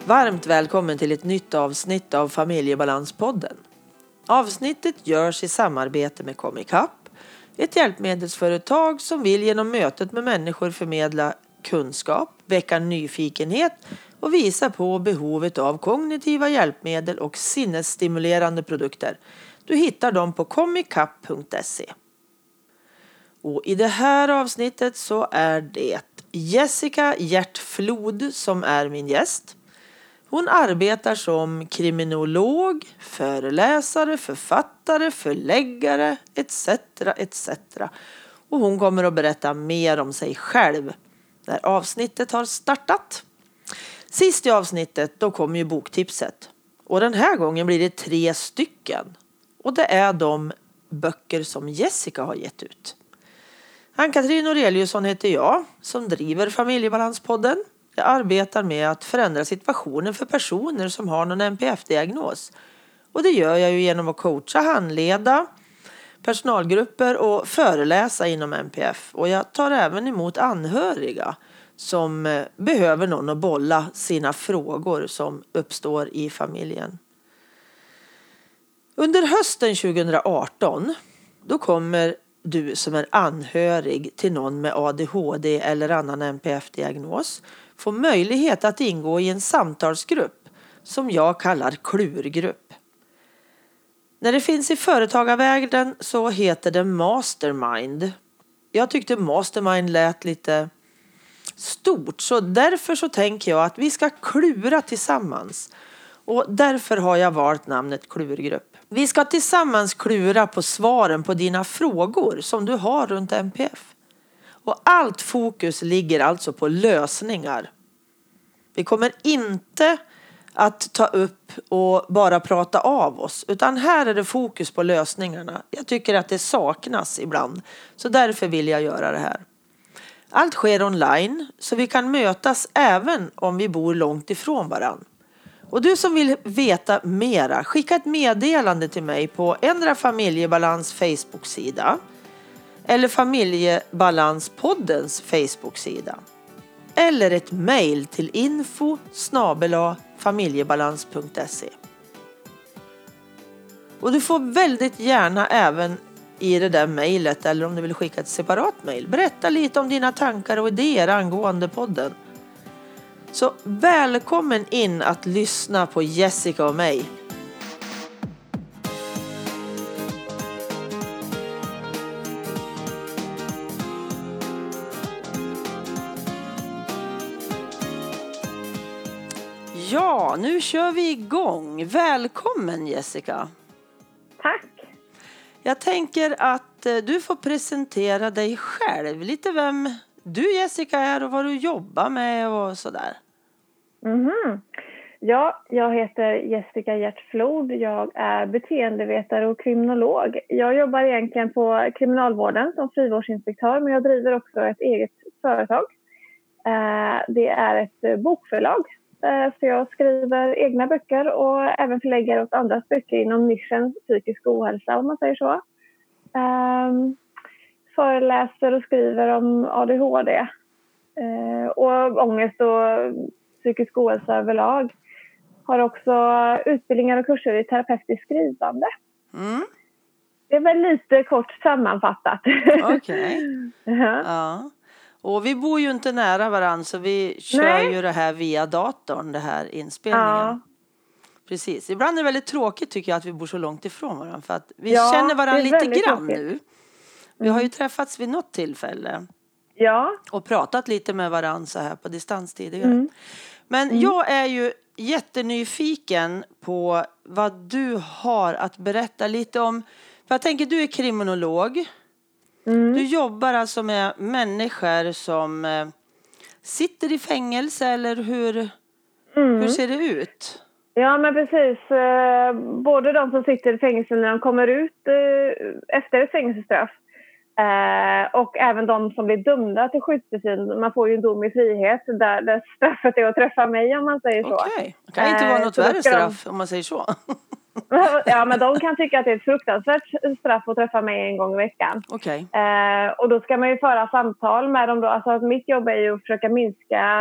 Varmt välkommen till ett nytt avsnitt av Familjebalanspodden. Avsnittet görs i samarbete med Comicap, ett hjälpmedelsföretag som vill genom mötet med människor förmedla kunskap, väcka nyfikenhet och visa på behovet av kognitiva hjälpmedel och sinnesstimulerande produkter. Du hittar dem på comicap.se. Och i det här avsnittet så är det Jessica Hjärtflod som är min gäst. Hon arbetar som kriminolog, föreläsare, författare, förläggare etc. Och hon kommer att berätta mer om sig själv när avsnittet har startat. Sist i avsnittet då kom ju boktipset. Och den här gången blir det 3 stycken. Och det är de böcker som Jessica har gett ut. Ann-Katrin Aureliusson heter jag som driver Familjebalanspodden. Jag arbetar med att förändra situationen för personer som har någon NPF-diagnos. Och det gör jag ju genom att coacha, handleda personalgrupper och föreläsa inom NPF. Och jag tar även emot anhöriga som behöver någon att bolla sina frågor som uppstår i familjen. Under hösten 2018 då kommer du som är anhörig till någon med ADHD eller annan NPF-diagnos få möjlighet att ingå i en samtalsgrupp som jag kallar klurgrupp. När det finns i företagarvärlden så heter det mastermind. Jag tyckte mastermind lät lite stort, så därför så tänker jag att vi ska klura tillsammans. Och därför har jag valt namnet klurgrupp. Vi ska tillsammans klura på svaren på dina frågor som du har runt NPF. Och allt fokus ligger alltså på lösningar. Vi kommer inte att ta upp och bara prata av oss. Utan här är det fokus på lösningarna. Jag tycker att det saknas ibland. Så därför vill jag göra det här. Allt sker online så vi kan mötas även om vi bor långt ifrån varann. Och du som vill veta mera, skicka ett meddelande till mig på ändra Familjebalans Facebook-sida eller Familjebalanspoddens Facebook-sida. Eller ett mejl till info@familjebalans.se. Och du får väldigt gärna även i det där mejlet eller om du vill skicka ett separat mejl berätta lite om dina tankar och idéer angående podden. Så välkommen in att lyssna på Jessica och mig. Ja, nu kör vi igång. Välkommen Jessica. Tack. Jag tänker att du får presentera dig själv. Lite vem du Jessica är och vad du jobbar med och sådär. Ja, jag heter Jessica Hjärtflod. Jag är beteendevetare och kriminolog. Jag jobbar egentligen på kriminalvården som frivårdsinspektör, men jag driver också ett eget företag. Det är ett bokförlag. Så jag skriver egna böcker och även förlägger åt andras böcker inom nischen psykisk ohälsa om man säger så. Föreläser och skriver om ADHD och ångest och psykisk ohälsa överlag. Har också utbildningar och kurser i terapeutiskt skrivande. Det är väl lite kort sammanfattat. Okej. Ja. Och vi bor ju inte nära varandra så vi kör ju det här via datorn, det här inspelningen. Ja. Precis. Ibland är det väldigt tråkigt tycker jag att vi bor så långt ifrån varandra. För att vi känner varandra lite grann tråkigt nu. Vi har ju träffats vid något tillfälle. Ja. Och pratat lite med varandra så här på distans tidigare. Men jag är ju jättenyfiken på vad du har att berätta lite om. För jag tänker du är kriminolog. Du jobbar alltså med människor som sitter i fängelse eller hur ser det ut? Ja men precis. Både de som sitter i fängelse när de kommer ut efter ett fängelsestraff. Och även de som blir dömda till skyddstillsyn. Man får ju en dom i frihet där straffet är att träffa mig om man säger så. Okej. Det kan inte vara något värre straff om man säger så. Ja, men de kan tycka att det är ett fruktansvärt straff att träffa mig en gång i veckan. Okej. Och då ska man ju föra samtal med dem då. Alltså att mitt jobb är ju att försöka minska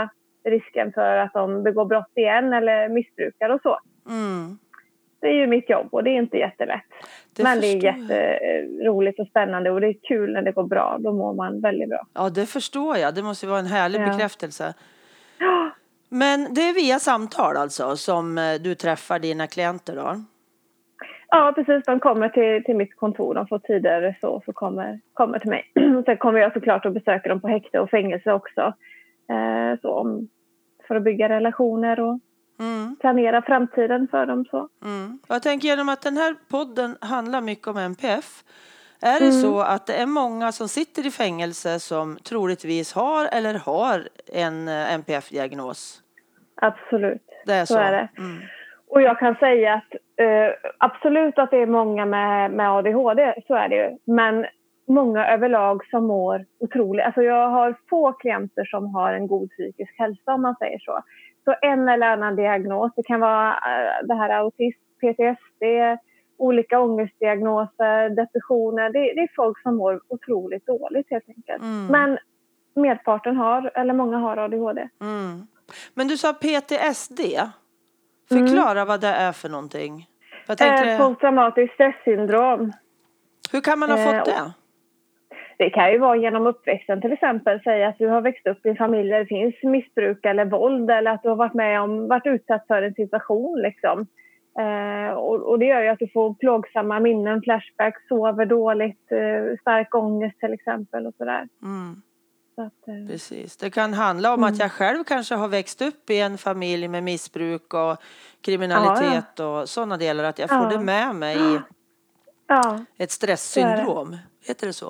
risken för att de begår brott igen eller missbrukar och så. Det är ju mitt jobb och det är inte jättelätt. Men det är jätteroligt och spännande och det är kul när det går bra. Då mår man väldigt bra. Ja, det förstår jag. Det måste vara en härlig bekräftelse. Men det är via samtal alltså som du träffar dina klienter då? Ja, precis. De kommer till mitt kontor. De får tider så kommer till mig. Sen kommer jag såklart att besöka dem på häkte och fängelse också. För att bygga relationer och planera framtiden för dem. Så. Jag tänker genom att den här podden handlar mycket om NPF. Är det så att det är många som sitter i fängelse som troligtvis har eller har en NPF-diagnos? Absolut, Det är så är det. Och jag kan säga att absolut att det är många med ADHD, så är det ju. Men många överlag som mår otroligt. Alltså jag har få klienter som har en god psykisk hälsa om man säger så. Så en eller annan diagnos, det kan vara det här autism, PTSD, olika ångestdiagnoser, depressioner. Det är folk som mår otroligt dåligt helt enkelt. Men merparten många har ADHD. Men du sa PTSD. Förklara vad det är för någonting. Posttraumatiskt stressyndrom. Hur kan man ha fått det? Det kan ju vara genom uppväxten till exempel. Säga att du har växt upp i en familj där det finns missbruk eller våld. Eller att du har varit utsatt för en situation liksom. Och det gör ju att du får plågsamma minnen, flashbacks, sover dåligt, stark ångest till exempel och sådär. Precis. Det kan handla om att jag själv kanske har växt upp i en familj med missbruk och kriminalitet och sådana delar, att jag får det med mig i ett stresssyndrom. Heter det så?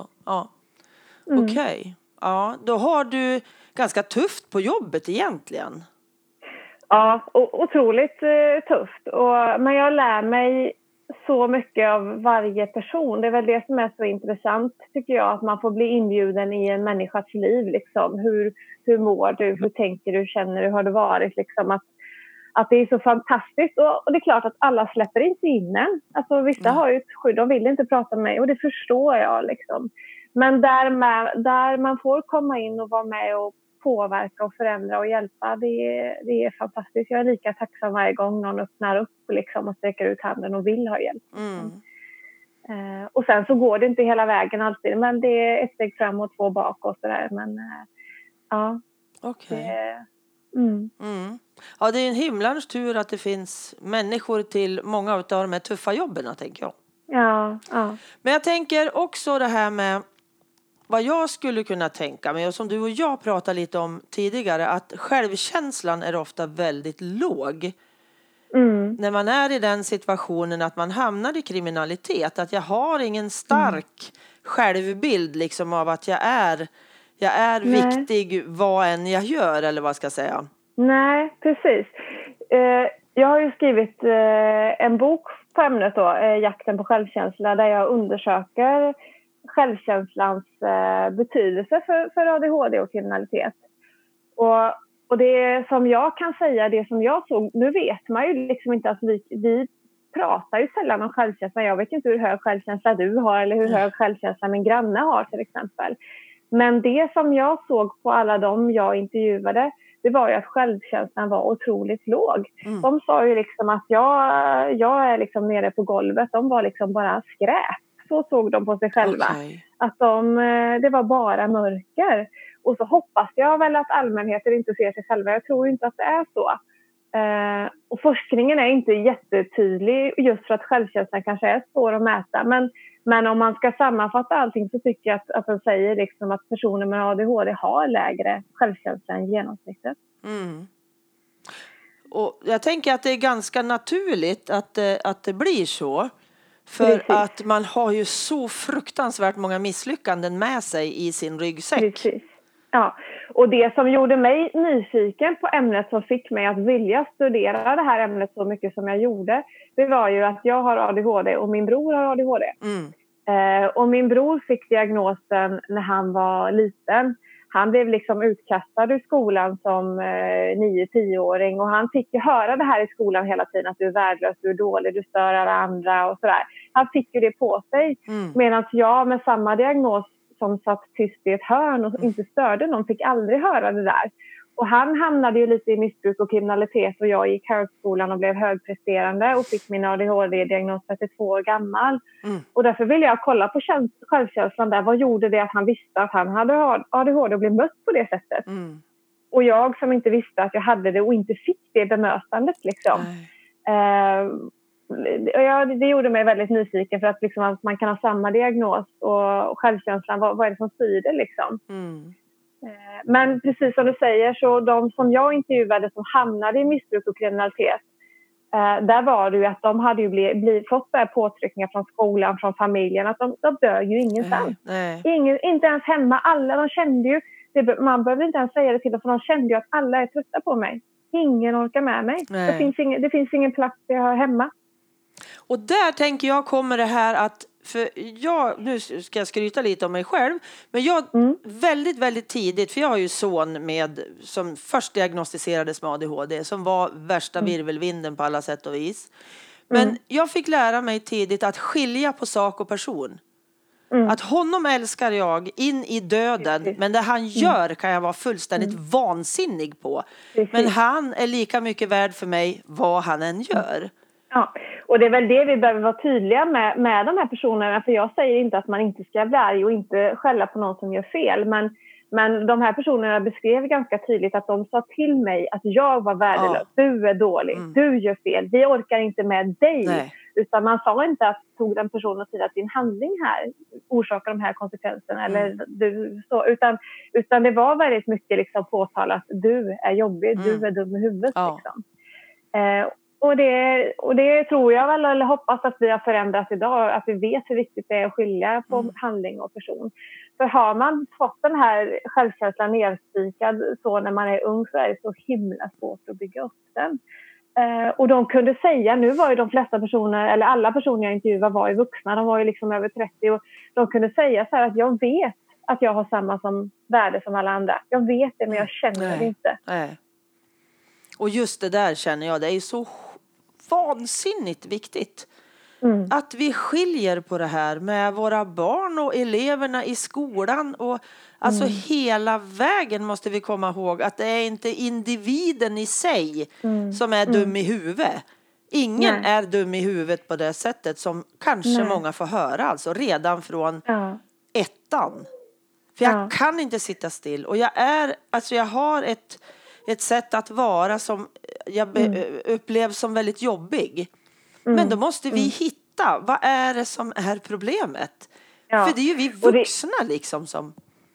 Okej. Ja, då har du ganska tufft på jobbet egentligen. Ja, otroligt tufft. Men jag lär mig så mycket av varje person. Det är väl det som är så intressant tycker jag. Att man får bli inbjuden i en människas liv. Liksom. Hur mår du? Hur tänker du? Känner du? Har det varit? Liksom, att det är så fantastiskt. Och det är klart att alla släpper inte in en. Alltså, vissa har ju ett skydd. De vill inte prata med mig. Och det förstår jag. Liksom. Men där man får komma in och vara med och påverka och förändra och hjälpa, det är fantastiskt. Jag är lika tacksam varje gång någon öppnar upp liksom, och sträcker ut handen och vill ha hjälp. Och sen så går det inte hela vägen alltid, men det är ett steg fram och två bak och sådär. Men ja. Okej. Ja, det är en himlans tur att det finns människor till många av de här tuffa jobben, tänker jag. Ja. Men jag tänker också det här med vad jag skulle kunna tänka mig, och som du och jag pratade lite om tidigare, att självkänslan är ofta väldigt låg. När man är i den situationen att man hamnar i kriminalitet, att jag har ingen stark självbild liksom av att jag är viktig vad än jag gör, eller vad ska jag säga. Nej, precis. Jag har ju skrivit en bok på ämnet då, Jakten på självkänsla, där jag undersöker självkänslans betydelse för ADHD och kriminalitet. Och det som jag kan säga, det som jag såg, nu vet man ju liksom inte att vi pratar ju sällan om självkänsla. Jag vet inte hur hög självkänsla du har eller hur hög självkänsla min granne har till exempel. Men det som jag såg på alla dem jag intervjuade, det var ju att självkänslan var otroligt låg. De sa ju liksom att jag är liksom nere på golvet. De var liksom bara skräp. Så såg de på sig själva. Okay. Att det var bara mörker. Och så hoppas jag väl att allmänheten inte ser sig själva. Jag tror inte att det är så. Och forskningen är inte jättetydlig just för att självkänslan kanske är svår att mäta. Men om man ska sammanfatta allting så tycker jag att den säger liksom att personer med ADHD har lägre självkänsla än genomsnittet. Och jag tänker att det är ganska naturligt att det blir så. För att man har ju så fruktansvärt många misslyckanden med sig i sin ryggsäck. Precis. Ja, och det som gjorde mig nyfiken på ämnet, som fick mig att vilja studera det här ämnet så mycket som jag gjorde, det var ju att jag har ADHD och min bror har ADHD. Och min bror fick diagnosen när han var liten. Han blev liksom utkastad ur skolan som 9-10-åring och han fick ju höra det här i skolan hela tiden, att du är värdelös, du är dålig, du stör alla andra och sådär. Han fick ju det på sig. Medan jag med samma diagnos som satt tyst i ett hörn och inte störde någon fick aldrig höra det där. Och han hamnade ju lite i missbruk och kriminalitet och jag gick högskolan och blev högpresterande och fick min ADHD-diagnos 32 år gammal. Och därför ville jag kolla på självkänslan där. Vad gjorde det att han visste att han hade ADHD och blev mött på det sättet? Och jag som inte visste att jag hade det och inte fick det bemötandet liksom. Det gjorde mig väldigt nyfiken för att, liksom, att man kan ha samma diagnos och självkänslan, vad är det som styr det liksom? Men precis som du säger, så de som jag intervjuade som hamnade i missbruk och kriminalitet, där var det ju att de hade ju fått påtryckningar från skolan, från familjen, att de dör ju ingenstans. Inte ens hemma. Alla de kände ju, man behövde inte ens säga det till dem, för de kände ju att alla är trötta på mig. Ingen orkar med mig. Det finns ingen plats där jag hör hemma. Och där tänker jag kommer det här att, för nu ska jag skryta lite om mig själv, men jag väldigt, väldigt tidigt, för jag har ju son som först diagnostiserades med ADHD, som var värsta virvelvinden på alla sätt och vis. Men jag fick lära mig tidigt att skilja på sak och person. Att honom älskar jag in i döden, men det han gör kan jag vara fullständigt vansinnig på. Men han är lika mycket värd för mig vad han än gör. Ja, och det är väl det vi behöver vara tydliga med de här personerna. För jag säger inte att man inte ska bli arg och inte skälla på någon som gör fel. Men de här personerna beskrev ganska tydligt att de sa till mig att jag var värdelös. Du är dålig, du gör fel, vi orkar inte med dig. Nej. Utan man sa inte att tog den personen och säger att din handling här orsakar de här konsekvenserna. Eller utan det var väldigt mycket liksom påtalat. Du är jobbig, du är dum i huvudet. Liksom. Och det tror jag väl, eller hoppas att vi har förändrat idag, att vi vet hur viktigt det är att skilja på handling och person. För har man fått den här självkänslan nedspikad så när man är ung, så är det så himla svårt att bygga upp den. Och de kunde säga, nu var ju de flesta personer, eller alla personer jag intervjuade var ju vuxna, de var ju liksom över 30, och de kunde säga så här att jag vet att jag har samma värde som alla andra. Jag vet det, men jag känner det inte. Nej. Och just det där känner jag, det är ju så vansinnigt viktigt. Att vi skiljer på det här med våra barn och eleverna i skolan. Och alltså hela vägen måste vi komma ihåg att det är inte individen i sig som är dum i huvudet. Ingen är dum i huvudet på det sättet som kanske många får höra. Alltså redan från ettan. För jag kan inte sitta still. Och jag har ett sätt att vara som jag upplevs som väldigt jobbig. Men då måste vi hitta, vad är det som är problemet? För det är ju vi vuxna liksom som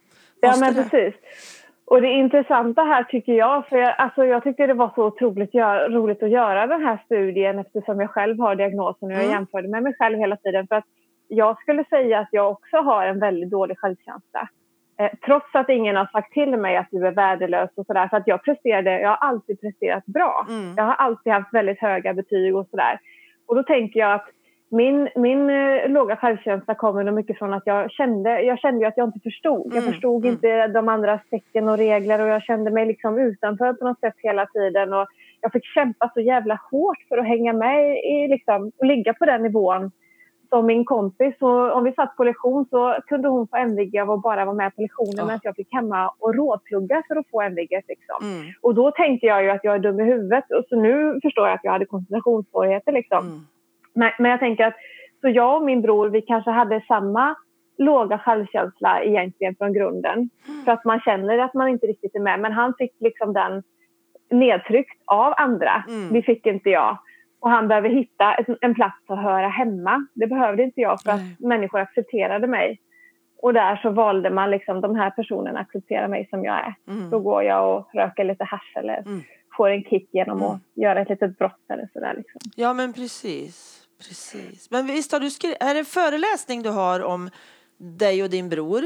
men precis. Och det intressanta här tycker jag, för jag tyckte det var så otroligt roligt att göra den här studien, eftersom jag själv har diagnosen och jag jämförde med mig själv hela tiden. För att jag skulle säga att jag också har en väldigt dålig självkänsla. Trots att ingen har sagt till mig att du är värdelös och sådär. För att jag har alltid presterat bra. Jag har alltid haft väldigt höga betyg och sådär. Och då tänker jag att min låga självkänsla kommer nog mycket från att jag kände ju att jag inte förstod. Jag förstod inte de andras tecken och regler, och jag kände mig liksom utanför på något sätt hela tiden. Och jag fick kämpa så jävla hårt för att hänga med i liksom, och ligga på den nivån som min kompis. Och om vi satt på lektion så kunde hon få MVG av att bara vara med på lektionen, medan jag fick hemma och rådplugga för att få MVG. Liksom. Och då tänkte jag ju att jag är dum i huvudet, och så nu förstår jag att jag hade koncentrationssvårigheter liksom. Men jag tänker att så jag och min bror, vi kanske hade samma låga självkänsla egentligen från grunden. För att man känner att man inte riktigt är med. Men han fick liksom den nedtryckt av andra. Det fick inte jag. Och han behöver hitta en plats att höra hemma. Det behövde inte jag, för att människor accepterade mig. Och där så valde man liksom, de här personerna accepterar mig som jag är. Då går jag och röker lite hasch eller får en kick genom att göra ett litet brott eller sådär liksom. Ja, men precis. Men visst har du är det föreläsning du har om dig och din bror?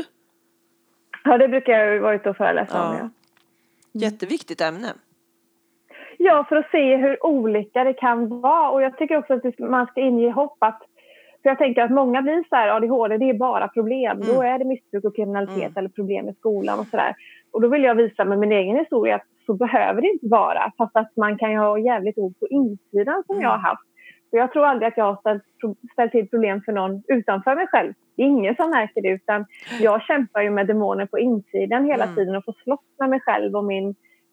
Ja, det brukar jag vara ute och föreläsa om. Ja. Jätteviktigt ämne. Ja, för att se hur olika det kan vara. Och jag tycker också att man ska inge hopp. För jag tänker att många blir så här, ADHD, det är bara problem. Då är det missbruk och kriminalitet eller problem i skolan och sådär. Och då vill jag visa med min egen historia att så behöver det inte vara. Fast att man kan ju ha jävligt ord på insidan som jag har haft. För jag tror aldrig att jag har ställt till problem för någon utanför mig själv. Det är ingen som märker det, utan jag kämpar ju med demoner på insidan hela tiden och får slåss med mig själv och min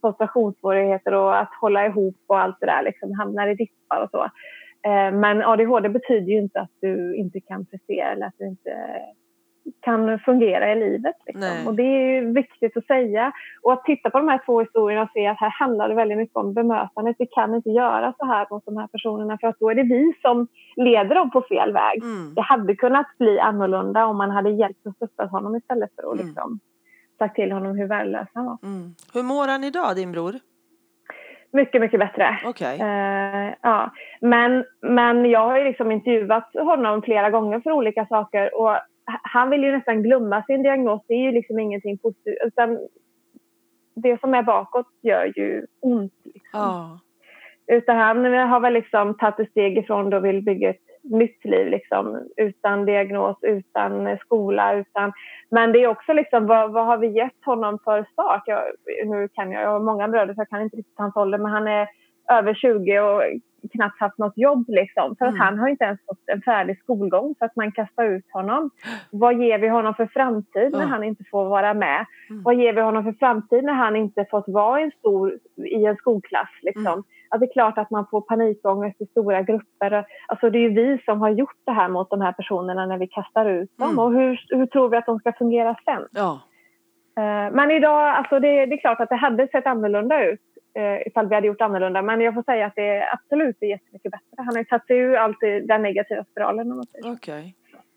koncentrationssvårigheter och att hålla ihop och allt det där, liksom hamnar i dippar och så. Men ADHD betyder ju inte att du inte kan prestera eller att du inte kan fungera i livet. Liksom. Och det är ju viktigt att säga. Och att titta på de här 2 historierna och se att här handlar det väldigt mycket om bemötandet. Vi kan inte göra så här mot de här personerna för att då är det vi som leder dem på fel väg. Det hade kunnat bli annorlunda om man hade hjälpt och stöttat honom istället för att liksom sagt till honom hur värdelös han var. Hur mår han idag, din bror? Mycket, mycket bättre. Okay. Ja. Men jag har ju liksom intervjuat honom flera gånger för olika saker och han vill ju nästan glömma sin diagnos. Det är ju liksom ingenting positivt. Utan det som är bakåt gör ju ont. Liksom. Utan han har väl liksom tagit ett steg ifrån då vill bygga ett nytt liv. Liksom, utan diagnos, utan skola. Men det är också liksom, vad har vi gett honom för start? Jag har många bröder så jag kan inte riktigt hans ålder. Men han är över 20 och knappt haft något jobb liksom. För att han har inte ens fått en färdig skolgång så att man kastar ut honom. Vad ger vi honom för framtid när han inte får vara med? Vad ger vi honom för framtid när han inte fått vara i en skolklass liksom? Alltså det är klart att man får panikångest i stora grupper. Alltså det är ju vi som har gjort det här mot de här personerna när vi kastar ut dem. Och hur tror vi att de ska fungera sen? Men idag, alltså det är klart att det hade sett annorlunda ut. Ifall vi hade gjort annorlunda. Men jag får säga att det är absolut jättemycket bättre. Han har ju tagit sig ur alltid den negativa spiralen. Okej.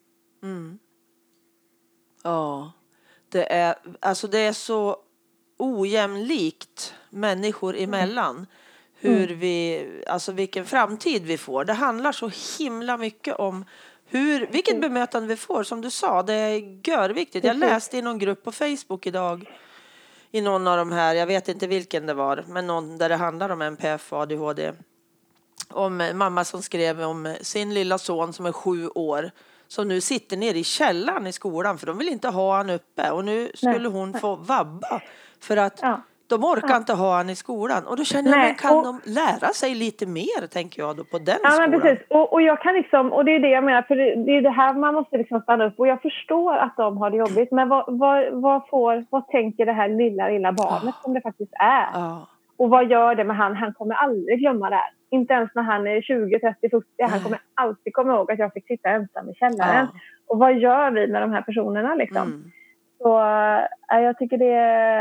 Ja. Det är så ojämlikt människor emellan. Vilken framtid vi får. Det handlar så himla mycket om vilket bemötande vi får. Som du sa, det är görviktigt. Jag läste i någon grupp på Facebook idag. I någon av de här, jag vet inte vilken det var, men någon där det handlar om NPF och ADHD. Om mamma som skrev om sin lilla son som är 7 år. Som nu sitter nere i källaren i skolan för de vill inte ha han uppe. Och nu skulle hon få vabba för att de orkar inte ha han i skolan. Och då känner jag, men kan de lära sig lite mer, tänker jag då, på den skolan? Men precis. Och jag kan liksom, och det är det jag menar, för det är det här man måste liksom stanna upp. Och jag förstår att de har det jobbigt, men vad tänker det här lilla barnet som det faktiskt är? Och vad gör det med han? Han kommer aldrig glömma det här. Inte ens när han är 20, 30, 40. Han kommer alltid komma ihåg att jag fick sitta ensam i källaren. Och vad gör vi med de här personerna liksom? Så jag tycker det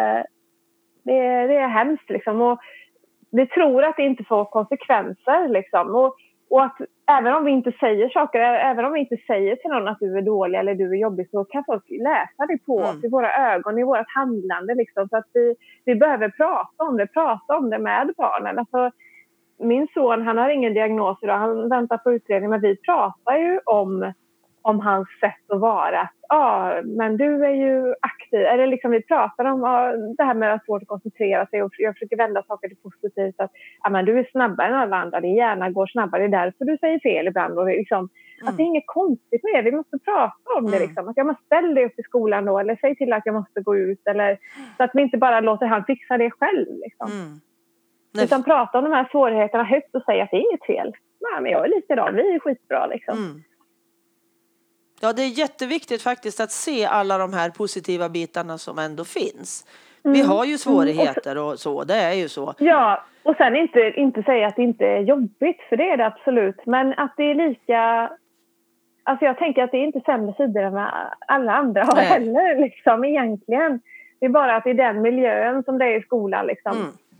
är hemskt liksom. Och vi tror att det inte får konsekvenser liksom. Och att även om vi inte säger saker, även om vi inte säger till någon att du är dålig eller du är jobbig, så kan folk läsa det på oss i våra ögon, i vårt handlande liksom. Så att vi behöver prata om det med barnen. Alltså, min son, han har ingen diagnos idag, han väntar på utredning, men vi pratar ju om hans sätt att vara. Men du är ju aktiv. Eller liksom vi pratar om det här med att svårt att koncentrera sig och jag försöker vända saker till positivt. Att men du är snabbare än alla andra, din hjärna går snabbare, det är därför du säger fel ibland. Och liksom, att det är inget konstigt med det, vi måste prata om det. Liksom. Att jag måste ställa dig upp i skolan då, eller säg till att jag måste gå ut. Eller, så att vi inte bara låter han fixa det själv. Liksom. Utan prata om de här svårigheterna högt och säga att det är inget fel. Nej, men jag är likadan, vi är skitbra liksom. Ja, det är jätteviktigt faktiskt att se alla de här positiva bitarna som ändå finns. Vi har ju svårigheter och så, det är ju så. Ja, och sen inte säga att det inte är jobbigt, för det är det absolut. Men att det är lika... Alltså jag tänker att det är inte sämre sidor än alla andra har heller, liksom, egentligen. Det är bara att i den miljön som det är i skolan, liksom,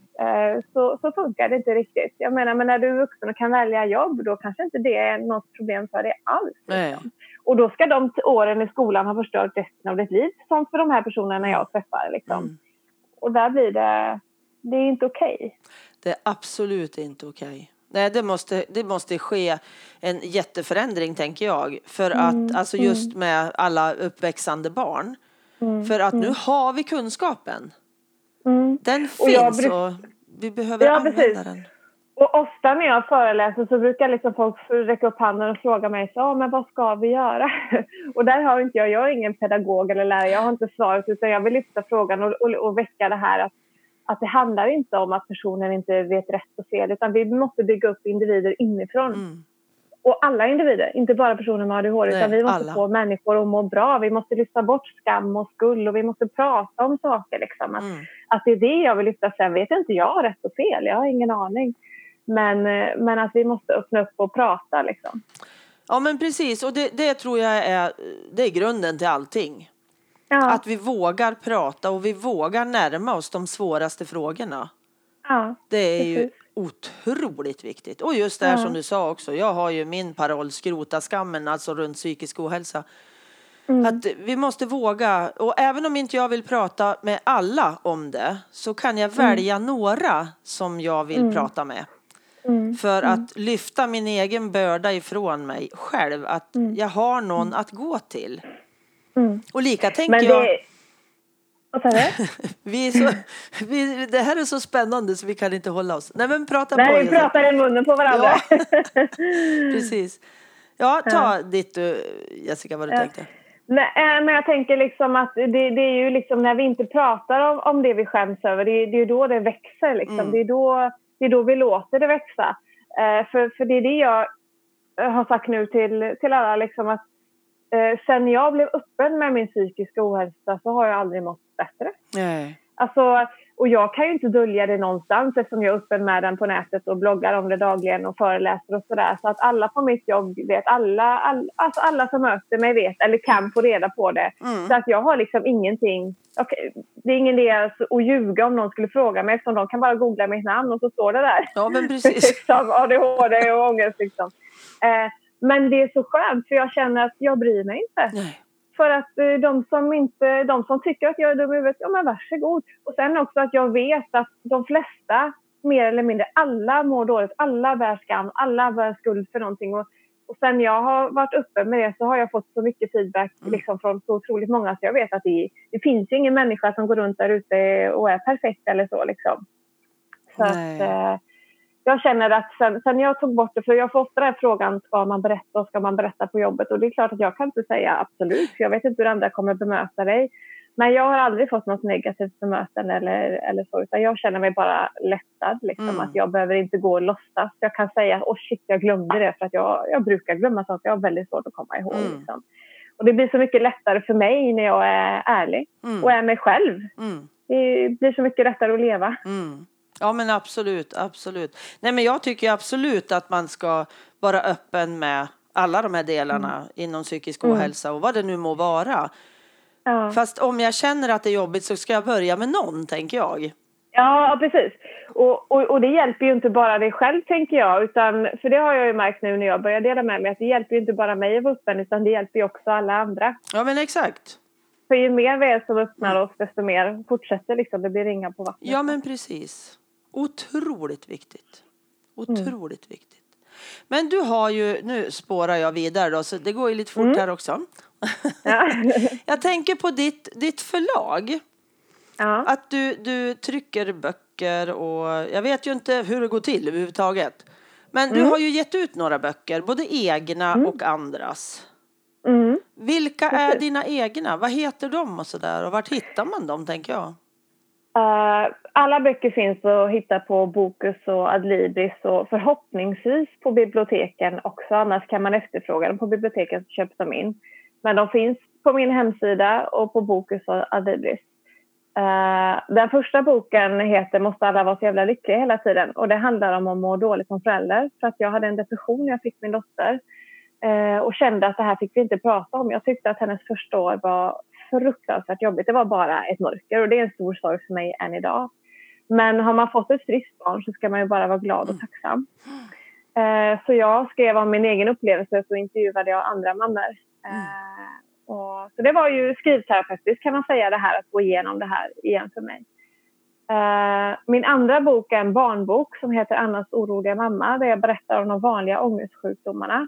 så funkar det inte riktigt. Jag menar, men när du är vuxen och kan välja jobb, då kanske inte det är något problem för dig alls. Liksom. Och då ska de åren i skolan ha förstört resten av ditt liv, som för de här personerna jag träffar. Liksom. Och där blir det är inte okej. Det är absolut inte okej. Nej, det måste ske en jätteförändring, tänker jag. För att, alltså just med alla uppväxande barn. För att nu har vi kunskapen. Den finns och vi behöver använda den. Och ofta när jag föreläser så brukar liksom folk räcka upp handen och fråga mig men vad ska vi göra? Och där har inte jag är ingen pedagog eller lärare, jag har inte svaret, utan jag vill lyfta frågan och väcka det här att det handlar inte om att personen inte vet rätt och fel, utan vi måste bygga upp individer inifrån. Och alla individer, inte bara personer med ADHD. Nej, utan vi måste alla. få människor att må bra. Vi måste lyfta bort skam och skuld. Och vi måste prata om saker. Liksom. Att det är det jag vill lyfta. Sen vet inte jag rätt och fel. Jag har ingen aning. Men att vi måste öppna upp och prata. Liksom. Ja, men precis. Och det tror jag det är grunden till allting. Ja. Att vi vågar prata och vi vågar närma oss de svåraste frågorna. Ja, det är precis. ju otroligt viktigt. Och just det här som du sa också. Jag har ju min paroll skrota skammen, alltså runt psykisk ohälsa. Att vi måste våga. Och även om inte jag vill prata med alla om det, så kan jag välja några som jag vill prata med. För att lyfta min egen börda ifrån mig själv. Att jag har någon att gå till. Och lika tänker jag... Vad sa du? Det här är så spännande så vi kan inte hålla oss. Nej, men prata Nej, på. vi pratar i munnen på varandra. Ja. Precis. Ja, ta ditt, Jessica, vad du tänkte. Nej, men jag tänker liksom att det är ju liksom när vi inte pratar om det vi skäms över. Det är ju då det växer liksom. Det är då vi låter det växa. För det är det jag har sagt nu till alla liksom att sen jag blev öppen med min psykiska ohälsa så har jag aldrig mått bättre. Nej. Alltså, och jag kan ju inte dölja det någonstans eftersom jag är öppen med den på nätet och bloggar om det dagligen och föreläser och sådär. Så att alla på mitt jobb vet, alla som möter mig vet eller kan få reda på det. Så att jag har liksom ingenting, det är ingen idé att ljuga om någon skulle fråga mig eftersom de kan bara googla mitt namn och så står det där. Ja, men precis. liksom, ADHD och ångest liksom. Men det är så skönt för jag känner att jag bryr mig inte. Nej. För att de som tycker att jag är dum i huvudet, ja men varsågod. Och sen också att jag vet att de flesta, mer eller mindre, alla mår dåligt. Alla bär skam, alla bär skuld för någonting. Och sen jag har varit uppe med det så har jag fått så mycket feedback liksom, från så otroligt många. Så jag vet att det finns ju ingen människa som går runt där ute och är perfekt eller så liksom. Så att... Jag känner att sen jag tog bort det, för jag får ofta den här frågan, ska man berätta och ska man berätta på jobbet? Och det är klart att jag kan inte säga absolut, för jag vet inte hur andra kommer bemöta dig. Men jag har aldrig fått något negativt bemötande eller så, utan jag känner mig bara lättad. Liksom, att jag behöver inte gå och låtsas. Jag kan säga, shit, jag glömde det, för att jag brukar glömma saker. Jag har väldigt svårt att komma ihåg. Liksom. Och det blir så mycket lättare för mig när jag är ärlig och är mig själv. Det blir så mycket lättare att leva. Ja, men absolut. Nej, men jag tycker absolut att man ska vara öppen med alla de här delarna inom psykisk ohälsa och vad det nu må vara. Ja. Fast om jag känner att det är jobbigt så ska jag börja med någon, tänker jag. Ja, precis. Och det hjälper ju inte bara dig själv, tänker jag. Utan, för det har jag ju märkt nu när jag börjar dela med mig, att det hjälper ju inte bara mig att vara öppen, utan det hjälper ju också alla andra. Ja, men exakt. För ju mer vi är som öppnar oss, desto mer fortsätter liksom, det blir ringar på vattnet. Ja, men precis. Otroligt viktigt. Otroligt viktigt. Men du har ju, nu spårar jag vidare då, så det går ju lite fort här också. Ja. Jag tänker på ditt förlag. Ja. Att du trycker böcker och jag vet ju inte hur det går till överhuvudtaget. Men du har ju gett ut några böcker, både egna och andras. Vilka är dina egna? Vad heter de och sådär? Och vart hittar man dem, tänker jag? Alla böcker finns att hitta på Bokus och Adlibris och förhoppningsvis på biblioteken också. Annars kan man efterfråga dem på biblioteken så köps de in. Men de finns på min hemsida och på Bokus och Adlibris. Den första boken heter Måste alla vara så jävla lyckliga hela tiden. Och det handlar om att må dåligt som förälder. För att jag hade en depression när jag fick min dotter. Och kände att det här fick vi inte prata om. Jag tyckte att hennes första år var fruktansvärt jobbigt. Det var bara ett mörker och det är en stor sorg för mig än idag. Men har man fått ett friskt barn så ska man ju bara vara glad och tacksam. Så jag skrev om min egen upplevelse och intervjuade jag andra mammor. Så det var ju skrivterapeutiskt, kan man säga, det här att gå igenom det här igen för mig. Min andra bok är en barnbok som heter Annas oroliga mamma, där jag berättar om de vanliga ångestsjukdomarna.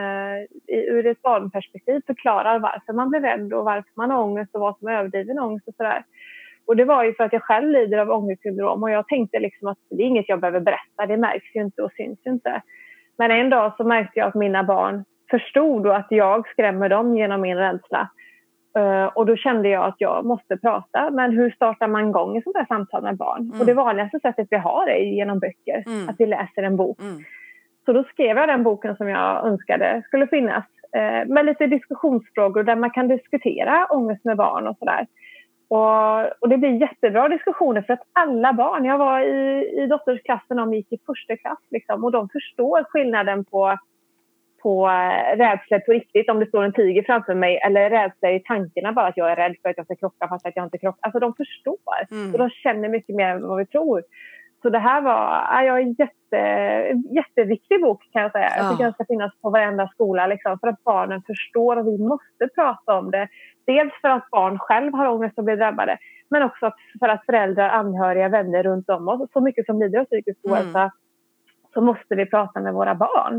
Ur ett barnperspektiv förklarar varför man blir rädd och varför man har ångest och vad som är överdriven ångest och sådär. Och det var ju för att jag själv lider av ångestsyndrom och jag tänkte liksom att det är inget jag behöver berätta, det märks ju inte och syns ju inte. Men en dag så märkte jag att mina barn förstod att jag skrämmer dem genom min rädsla. Och då kände jag att jag måste prata. Men hur startar man igång ett sånt här samtal med barn? Och det vanligaste sättet vi har är genom böcker. Att vi läser en bok. Så då skrev jag den boken som jag önskade skulle finnas. Med lite diskussionsfrågor där man kan diskutera ångest med barn och sådär. Och det blir jättebra diskussioner för att alla barn, jag var i dottersklassen, de gick i första klass liksom, och de förstår skillnaden på rädsla på riktigt, om det står en tiger framför mig, eller rädsla i tankarna, bara att jag är rädd för att jag ska krocka fast att jag inte krockar. Alltså de förstår och de känner mycket mer än vad vi tror. Så det här var en jätteviktig bok, kan jag säga. Jag tycker den ska finnas på varenda skola liksom, för att barnen förstår, och vi måste prata om det. Dels för att barn själv har ångest och blir drabbade, men också för att föräldrar, anhöriga, vänner runt om oss, så mycket som lider av psykisk ohälsa, så måste vi prata med våra barn.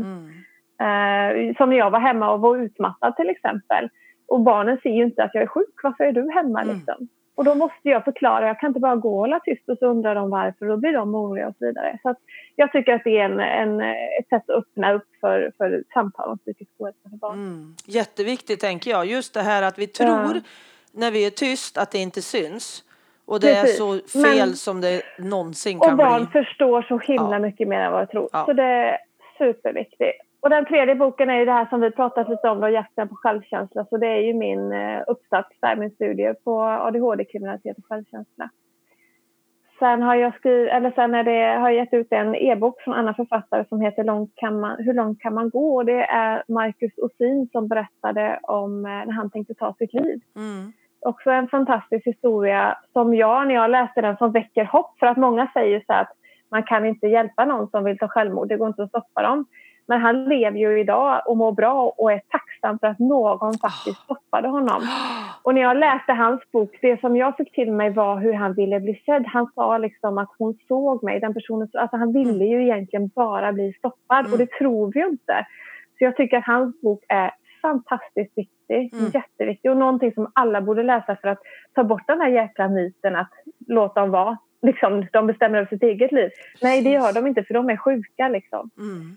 Som när jag var hemma och var utmattad till exempel. Och barnen ser ju inte att jag är sjuk. Varför är du hemma liksom? Och då måste jag förklara. Jag kan inte bara gå och hålla tyst och så undrar de varför. Då blir de oroliga och så vidare. Så att jag tycker att det är ett sätt att öppna upp för samtal om psykisk ohälsa för barn. Jätteviktigt, tänker jag. Just det här att vi tror när vi är tyst att det inte syns. Och det är så fel som det någonsin kan bli. Och barn förstår så himla mycket mer än vad jag tror. Så det är superviktigt. Och den tredje boken är ju det här som vi pratat lite om då, Jakten på självkänsla. Så det är ju min uppsats där, min studie på ADHD, kriminalitet och självkänsla. Sen har jag har jag gett ut en e-bok från en annan författare som heter Hur långt kan man gå? Och det är Marcus Osin som berättade om när han tänkte ta sitt liv. Också en fantastisk historia som när jag läste den, som väcker hopp. För att många säger så att man kan inte hjälpa någon som vill ta självmord. Det går inte att stoppa dem. Men han lever ju idag och mår bra och är tacksam för att någon faktiskt stoppade honom. Och när jag läste hans bok, det som jag fick till mig var hur han ville bli sedd. Han sa liksom att hon såg mig, den personen. Alltså han ville ju egentligen bara bli stoppad och det tror vi ju inte. Så jag tycker att hans bok är fantastiskt viktig, jätteviktig. Och någonting som alla borde läsa för att ta bort den här jäkla myten att låta dem vara. Liksom, de bestämmer över sitt eget liv. Nej, det gör de inte för de är sjuka liksom.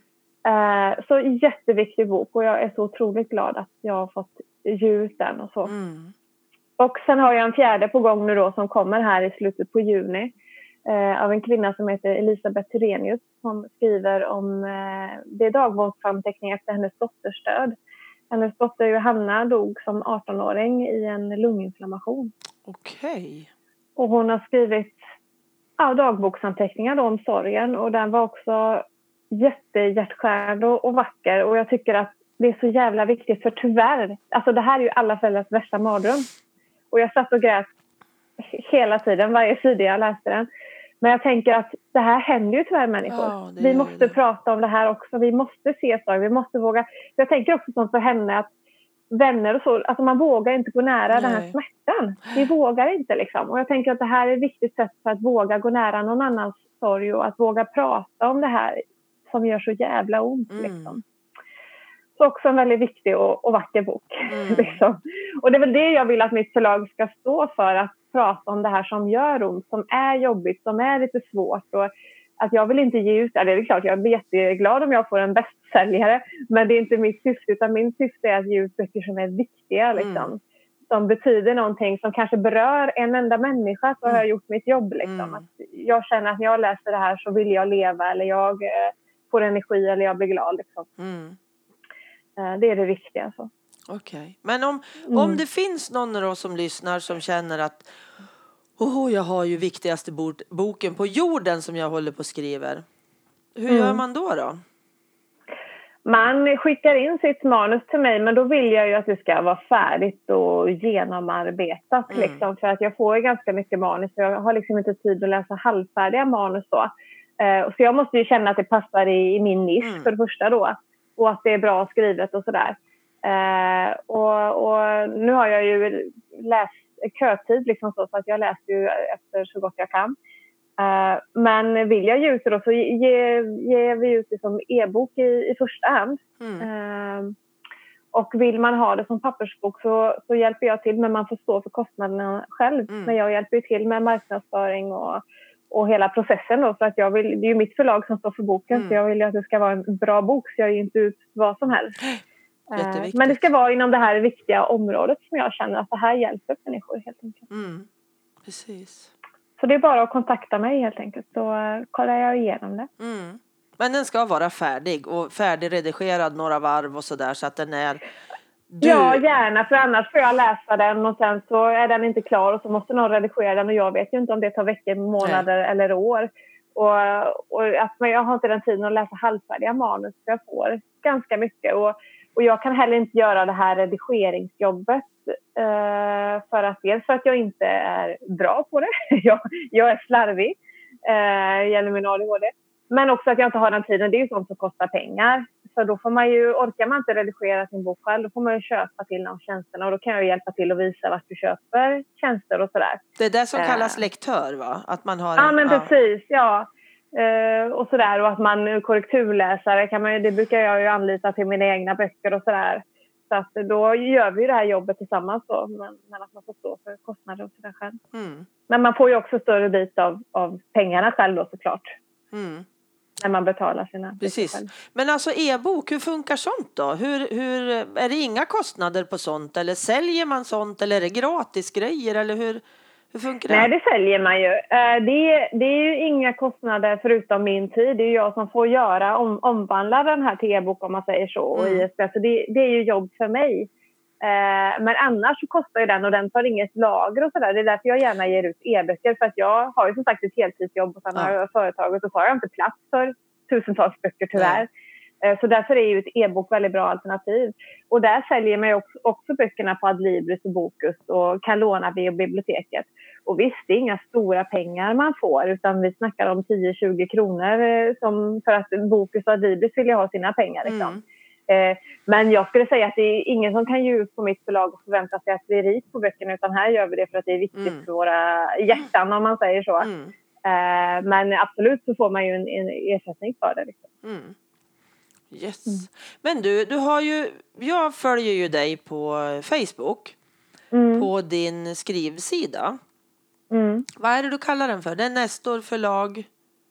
Så jätteviktig bok och jag är så otroligt glad att jag har fått ge ut den och så. Och sen har jag en fjärde på gång nu då som kommer här i slutet på juni av en kvinna som heter Elisabeth Tyrenius som skriver om det är dagboksanteckningar efter hennes dotters död. Hennes dotter Johanna dog som 18-åring i en lunginflammation. Okej. Och hon har skrivit dagboksanteckningar då om sorgen och den var också jättehjärtskärande och vacker, och jag tycker att det är så jävla viktigt, för tyvärr, alltså det här är ju alla föräldrars värsta mardröm, och jag satt och grät hela tiden, varje sida jag läste den, men jag tänker att det här händer ju tyvärr människor. Vi måste prata om det här också, vi måste se sorg, vi måste våga. Jag tänker också som för henne att vänner och så, alltså man vågar inte gå nära den här smärtan, vi vågar inte liksom, och jag tänker att det här är ett viktigt sätt för att våga gå nära någon annans sorg och att våga prata om det här som gör så jävla ont liksom. Så också en väldigt viktig och vacker bok liksom. Och det är väl det jag vill att mitt förlag ska stå för, att prata om det här som gör ont, som är jobbigt, som är lite svårt, och att jag vill inte ge ut det är klart, jag blir jätteglad om jag får en bästsäljare, men det är inte mitt syfte, utan min syfte är att ge ut böcker som är viktiga liksom, som betyder någonting, som kanske berör en enda människa, så har jag gjort mitt jobb liksom. Att jag känner att när jag läser det här så vill jag leva, eller jag får energi, eller jag blir glad liksom. Det är det viktiga alltså. Okej. Men om det finns någon då som lyssnar som känner att jag har ju viktigaste boken på jorden som jag håller på och skriver. Hur gör man då? Man skickar in sitt manus till mig, men då vill jag ju att det ska vara färdigt och genomarbetat liksom, för att jag får ju ganska mycket manus, så jag har liksom inte tid att läsa halvfärdiga manus då. Så jag måste ju känna att det passar i min nisch för det första då, och att det är bra skrivet och sådär. Och nu har jag ju läst kötid liksom, så att jag läser ju efter så gott jag kan. Men vill jag ge ut det då, så ger vi ut det som e-bok i första hand. Och vill man ha det som pappersbok så hjälper jag till, men man får stå för kostnaderna själv. Men jag hjälper ju till med marknadsföring och hela processen då, för att det är ju mitt förlag som står för boken, så jag vill ju att det ska vara en bra bok, så jag ger inte ut vad som helst. Men det ska vara inom det här viktiga området som jag känner att det här hjälper människor helt enkelt. Precis. Så det är bara att kontakta mig helt enkelt, så kollar jag igenom det. Men den ska vara färdig och färdigredigerad några varv och sådär så att den är... Ja, gärna, för annars får jag läsa den och sen så är den inte klar och så måste någon redigera den och jag vet ju inte om det tar veckor, månader eller år. Och att jag har inte den tiden att läsa halvfärdiga manus så jag får ganska mycket. Och jag kan heller inte göra det här redigeringsjobbet för att jag inte är bra på det. Jag är slarvig gäller min ADHD. Men också att jag inte har den tiden, det är ju sånt som kostar pengar. Så då får man ju, orkar man inte redigera sin bok själv, då får man ju köpa till de tjänsterna. Och då kan jag hjälpa till att visa vart du köper tjänster och sådär. Det är det som kallas lektör, va? Att man har ja, men precis, ja. Och sådär, och att man korrekturläsare det brukar jag ju anlita till mina egna böcker och sådär. Så att då gör vi det här jobbet tillsammans då, men att man får stå för kostnader och sådär själv. Men man får ju också större bit av pengarna själv då såklart. När man betalar sina. Precis. Men alltså e-bok, hur funkar sånt då? Hur är det inga kostnader på sånt? Eller säljer man sånt? Eller är det gratis grejer? Eller hur funkar det? Nej, det säljer man ju. Det är ju inga kostnader förutom min tid. Det är ju jag som får omvandla den här till e-bok om man säger så. Och ISB. Så det är ju jobb för mig. Men annars så kostar ju den och den tar inget lager och sådär. Det är därför jag gärna ger ut e-böcker. För att jag har ju som sagt ett heltidsjobb och sen har jag företaget och så har jag inte plats för tusentals böcker tyvärr. Så därför är ju ett e-bok väldigt bra alternativ. Och där säljer man ju också böckerna på Adlibris och Bokus och kan låna via biblioteket. Och visst, det är inga stora pengar man får utan vi snackar om 10-20 kronor för att Bokus och Adlibris vill ju ha sina pengar liksom. Men jag skulle säga att det är ingen som kan ge ut på mitt förlag och förvänta sig att bli rik på böckerna utan här gör vi det för att det är viktigt för våra hjärtan om man säger så. Men absolut så får man ju en ersättning för det liksom. Yes. Men du har ju, jag följer ju dig på Facebook på din skrivsida. Vad är det du kallar den för? Det är Nestor förlag?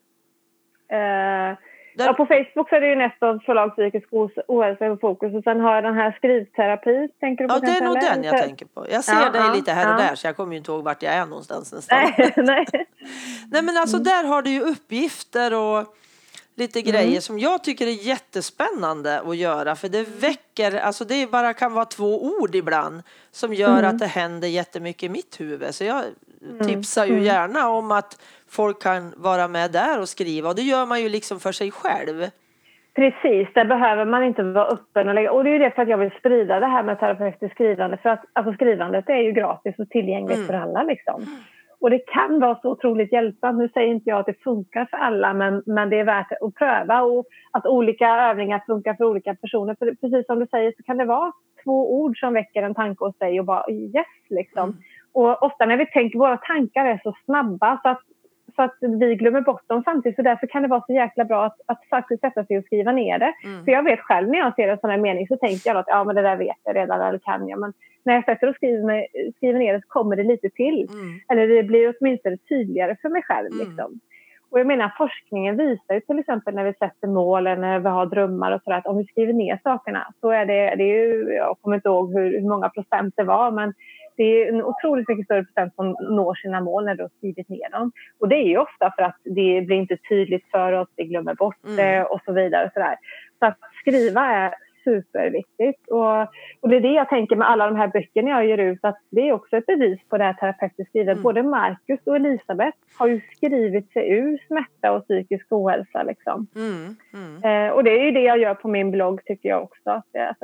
Ja, på Facebook så är det ju Nestor förlag psykisk ohälsa och fokus och sen har jag den här skrivterapi, tänker du på? Ja, det är nog den jag tänker på. Jag ser dig lite här och där så jag kommer ju inte ihåg vart jag är någonstans nästan. Nej men alltså där har du ju uppgifter och lite grejer som jag tycker är jättespännande att göra för det väcker, alltså det bara kan vara 2 ord ibland som gör att det händer jättemycket i mitt huvud. Så jag tipsar ju gärna om att folk kan vara med där och skriva och det gör man ju liksom för sig själv. Precis, där behöver man inte vara öppen och det är ju det för att jag vill sprida det här med terapeutiskt skrivande för att alltså skrivandet är ju gratis och tillgängligt för alla liksom. Och det kan vara så otroligt hjälpsamt. Nu säger inte jag att det funkar för alla men det är värt att pröva och att olika övningar funkar för olika personer. För precis som du säger så kan det vara 2 ord som väcker en tanke hos dig och bara yes liksom. Och ofta när vi tänker, våra tankar är så snabba så att vi glömmer bort dem samtidigt. Så därför kan det vara så jäkla bra att faktiskt sätta sig och skriva ner det. För jag vet själv när jag ser en sån här mening så tänker jag att ja men det där vet jag redan eller kan jag. Men när jag sätter och skriver ner det så kommer det lite till. Eller det blir åtminstone tydligare för mig själv liksom. Och jag menar forskningen visar ju till exempel när vi sätter mål eller när vi har drömmar och sådär att om vi skriver ner sakerna så är det är ju, jag kommer inte ihåg hur många procent det var men det är en otroligt mycket större procent som når sina mål när du har skrivit ner dem. Och det är ju ofta för att det blir inte tydligt för oss, vi glömmer bort det och så vidare. Och så där. Så att skriva är superviktigt. Och det är det jag tänker med alla de här böckerna jag ger ut, att det är också ett bevis på det här terapeutiskt skrivet. Både Marcus och Elisabeth har ju skrivit sig ur smärta och psykisk ohälsa liksom. Och det är ju det jag gör på min blogg tycker jag också. Alltså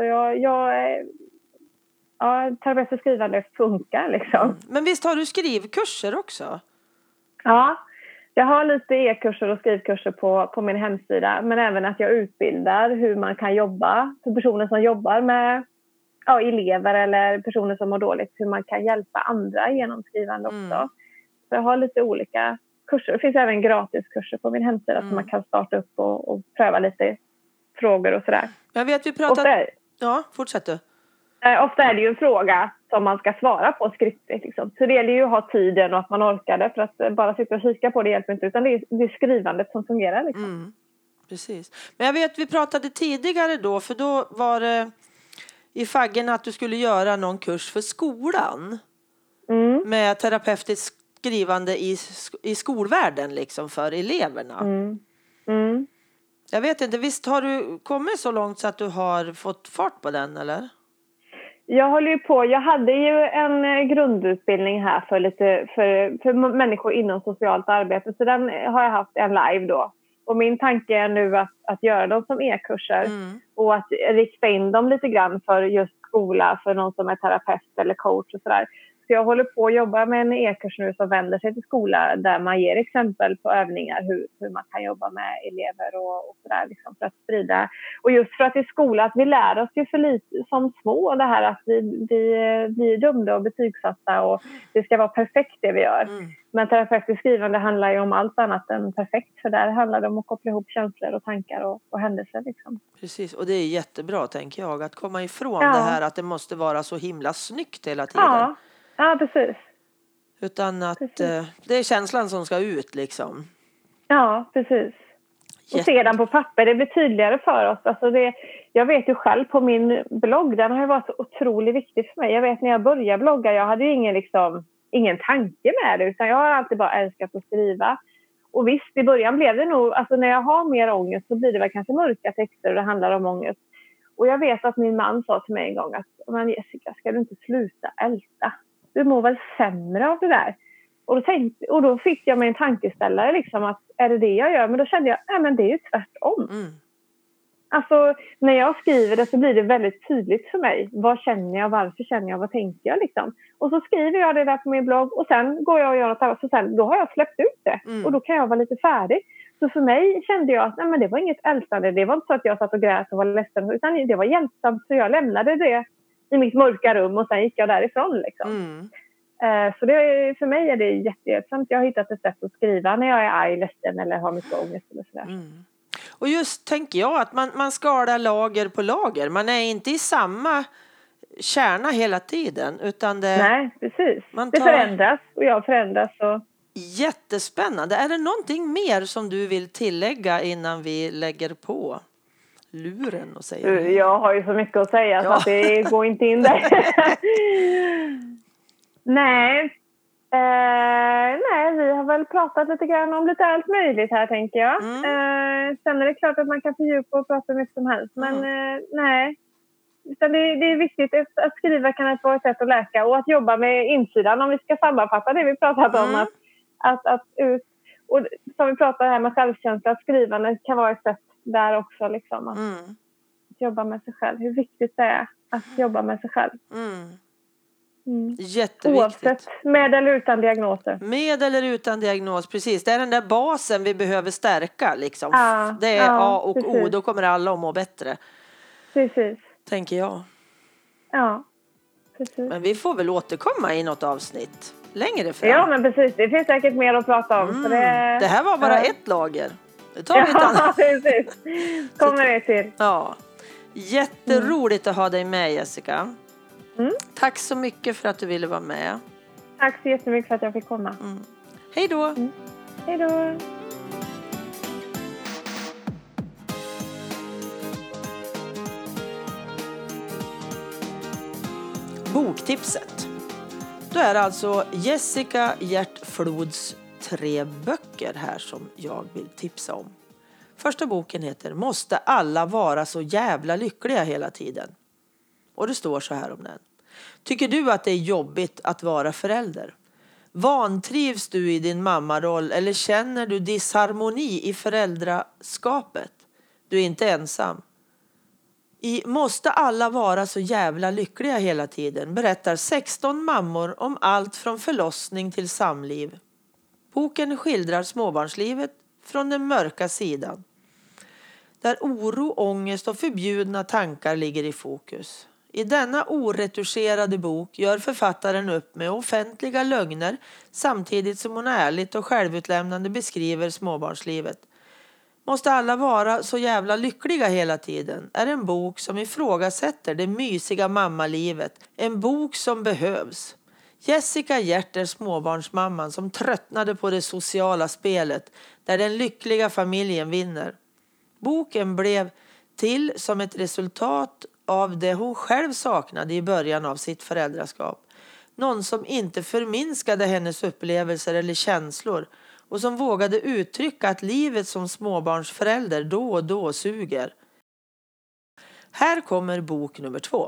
terapeutiskt skrivande funkar liksom. Men visst har du skrivkurser också? Ja, jag har lite e-kurser och skrivkurser på min hemsida. Men även att jag utbildar hur man kan jobba för personer som jobbar med elever eller personer som mår dåligt. Hur man kan hjälpa andra genom skrivande också. Så jag har lite olika kurser. Det finns även gratiskurser på min hemsida som man kan starta upp och pröva lite frågor och sådär. Jag vet vi pratade... Ja, fortsätt du. Ofta är det ju en fråga som man ska svara på skriftligt. Liksom. Så det gäller ju att ha tiden och att man orkar det. För att bara sitta och kika på det hjälper inte. Utan det är skrivandet som fungerar. Liksom. Precis. Men jag vet vi pratade tidigare då. För då var det i faggen att du skulle göra någon kurs för skolan. Med terapeutiskt skrivande i skolvärlden liksom för eleverna. Jag vet inte, visst har du kommit så långt så att du har fått fart på den, eller? Jag håller ju på. Jag hade ju en grundutbildning här för människor inom socialt arbete. Så den har jag haft en live då. Och min tanke är nu att göra dem som e-kurser. Och att rikta in dem lite grann för just skola, för någon som är terapeut eller coach och sådär. Så jag håller på att jobba med en e-kurs nu som vänder sig till skola där man ger exempel på övningar hur man kan jobba med elever och sådär liksom för att sprida. Och just för att i skolan, att vi lär oss ju för lite som små det här att vi blir dömda och betygsatta och det ska vara perfekt det vi gör. Men terapeutiskt skrivande handlar ju om allt annat än perfekt, för där handlar det om att koppla ihop känslor och tankar och händelser liksom. Precis, och det är jättebra tänker jag att komma ifrån det här att det måste vara så himla snyggt hela tiden. Ja, precis. Utan att det är känslan som ska ut liksom. Ja, precis. Och sedan på papper, det blir tydligare för oss. Alltså jag vet ju själv på min blogg, den har ju varit så otroligt viktig för mig. Jag vet när jag började blogga, jag hade ju ingen tanke med det. Utan jag har alltid bara älskat att skriva. Och visst, i början blev det nog, alltså när jag har mer ångest så blir det väl kanske mörka texter och det handlar om ångest. Och jag vet att min man sa till mig en gång att men Jessica, ska du inte sluta älta? Du mår väl sämre av det där. Och då fick jag mig en tankeställare liksom att är det jag gör? Men då kände jag, men det är ju tvärtom. Alltså när jag skriver det så blir det väldigt tydligt för mig. Vad känner jag? Varför känner jag? Vad tänker jag liksom? Och så skriver jag det där på min blogg och sen går jag och gör något annat. Så sen, då har jag släppt ut det. Och då kan jag vara lite färdig. Så för mig kände jag att men det var inget ältande. Det var inte så att jag satt och grät och var ledsen. Utan det var hjälpsamt, så jag lämnade det i mitt mörka rum och sen gick jag därifrån liksom. Så för mig är det jättehjälpsamt. Jag har hittat ett sätt att skriva när jag är arg, ledsen eller har mycket ångest eller sådär. Och just tänker jag att man skalar lager på lager. Man är inte i samma kärna hela tiden. Utan nej, precis. Det förändras och jag förändras. Jättespännande. Är det någonting mer som du vill tillägga innan vi lägger på luren och säger? Jag har ju så mycket att säga så att det går inte in där. Nej, vi har väl pratat lite grann om lite allt möjligt här tänker jag. Sen är det klart att man kan fördjupa och prata mycket som helst. Men nej, utan det är viktigt att skriva kan vara ett sätt att läka. Och att jobba med insidan, om vi ska sammanfatta det vi pratat om. Och som vi pratar här med självkänsla, att skrivandet kan vara ett sätt där också. Liksom, att jobba med sig själv. Hur viktigt det är att jobba med sig själv. Jätteviktigt. Oavsett med eller utan diagnoser. Med eller utan diagnos, precis. Det är den där basen vi behöver stärka liksom. Det är A och precis. O, då kommer alla att må bättre. Precis. Tänker jag. Ja, precis. Men vi får väl återkomma i något avsnitt längre fram. Ja, men precis. Det finns säkert mer att prata om. Så det här var bara ett lager. Det tar vi ett annat. Precis. Kommer det till. Ja. Jätteroligt att ha dig med, Jessica. Tack så mycket för att du ville vara med. Tack så jättemycket för att jag fick komma. Hej då. Hej då. Boktipset. Då är det alltså Jessica Hjärtflods 3 böcker här som jag vill tipsa om. Första boken heter Måste alla vara så jävla lyckliga hela tiden? Och det står så här om den. Tycker du att det är jobbigt att vara förälder? Vantrivs du i din mammaroll eller känner du disharmoni i föräldraskapet? Du är inte ensam. I Måste alla vara så jävla lyckliga hela tiden berättar 16 mammor om allt från förlossning till samliv. Boken skildrar småbarnslivet från den mörka sidan. Där oro, ångest och förbjudna tankar ligger i fokus. I denna oretuscherade bok gör författaren upp med offentliga lögner samtidigt som hon ärligt och självutlämnande beskriver småbarnslivet. Måste alla vara så jävla lyckliga hela tiden? Är en bok som ifrågasätter det mysiga mammalivet. En bok som behövs. Jessica Hjärt är småbarnsmamman som tröttnade på det sociala spelet där den lyckliga familjen vinner. Boken blev till som ett resultat av det hon själv saknade i början av sitt föräldraskap. Någon som inte förminskade hennes upplevelser eller känslor och som vågade uttrycka att livet som småbarnsförälder då och då suger. Här kommer bok nummer 2.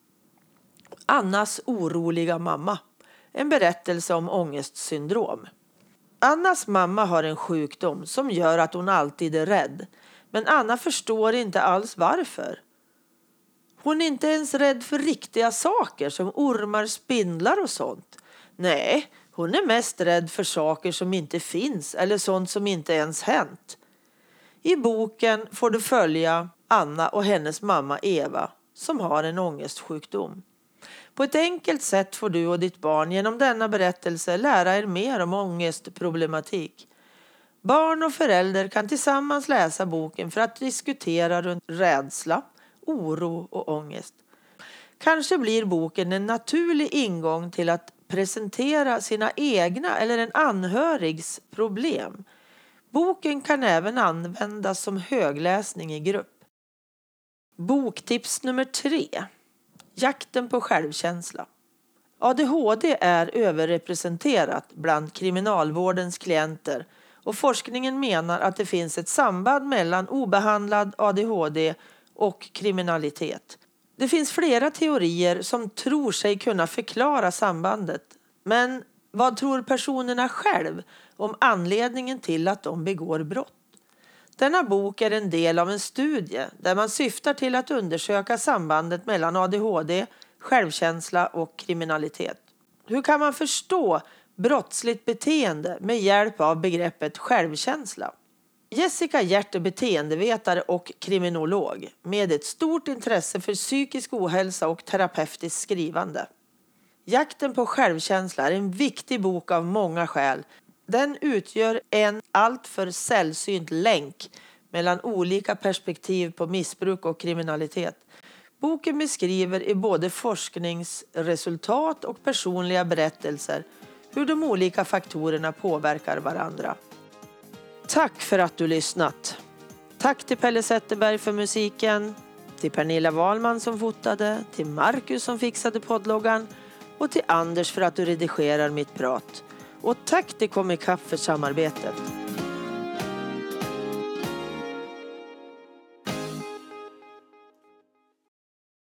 Annas oroliga mamma. En berättelse om ångestsyndrom. Annas mamma har en sjukdom som gör att hon alltid är rädd. Men Anna förstår inte alls varför. Hon är inte ens rädd för riktiga saker som ormar, spindlar och sånt. Nej, hon är mest rädd för saker som inte finns eller sånt som inte ens hänt. I boken får du följa Anna och hennes mamma Eva som har en ångestsjukdom. På ett enkelt sätt får du och ditt barn genom denna berättelse lära er mer om ångestproblematik. Barn och förälder kan tillsammans läsa boken för att diskutera runt rädsla, oro och ångest. Kanske blir boken en naturlig ingång till att presentera sina egna eller en anhörigs problem. Boken kan även användas som högläsning i grupp. Boktips nummer 3. Jakten på självkänsla. ADHD är överrepresenterat bland kriminalvårdens klienter och forskningen menar att det finns ett samband mellan obehandlad ADHD och kriminalitet. Det finns flera teorier som tror sig kunna förklara sambandet. Men vad tror personerna själv om anledningen till att de begår brott? Denna bok är en del av en studie där man syftar till att undersöka sambandet mellan ADHD, självkänsla och kriminalitet. Hur kan man förstå brottsligt beteende med hjälp av begreppet självkänsla? Jessica Hjert är beteendevetare och kriminolog med ett stort intresse för psykisk ohälsa och terapeutiskt skrivande. Jakten på självkänsla är en viktig bok av många skäl. Den utgör en alltför sällsynt länk mellan olika perspektiv på missbruk och kriminalitet. Boken beskriver i både forskningsresultat och personliga berättelser hur de olika faktorerna påverkar varandra. Tack för att du lyssnat. Tack till Pelle Zetterberg för musiken, till Pernilla Wahlman som fotade, till Marcus som fixade poddloggan och till Anders för att du redigerar mitt prat. Och tack till Comicap för samarbetet.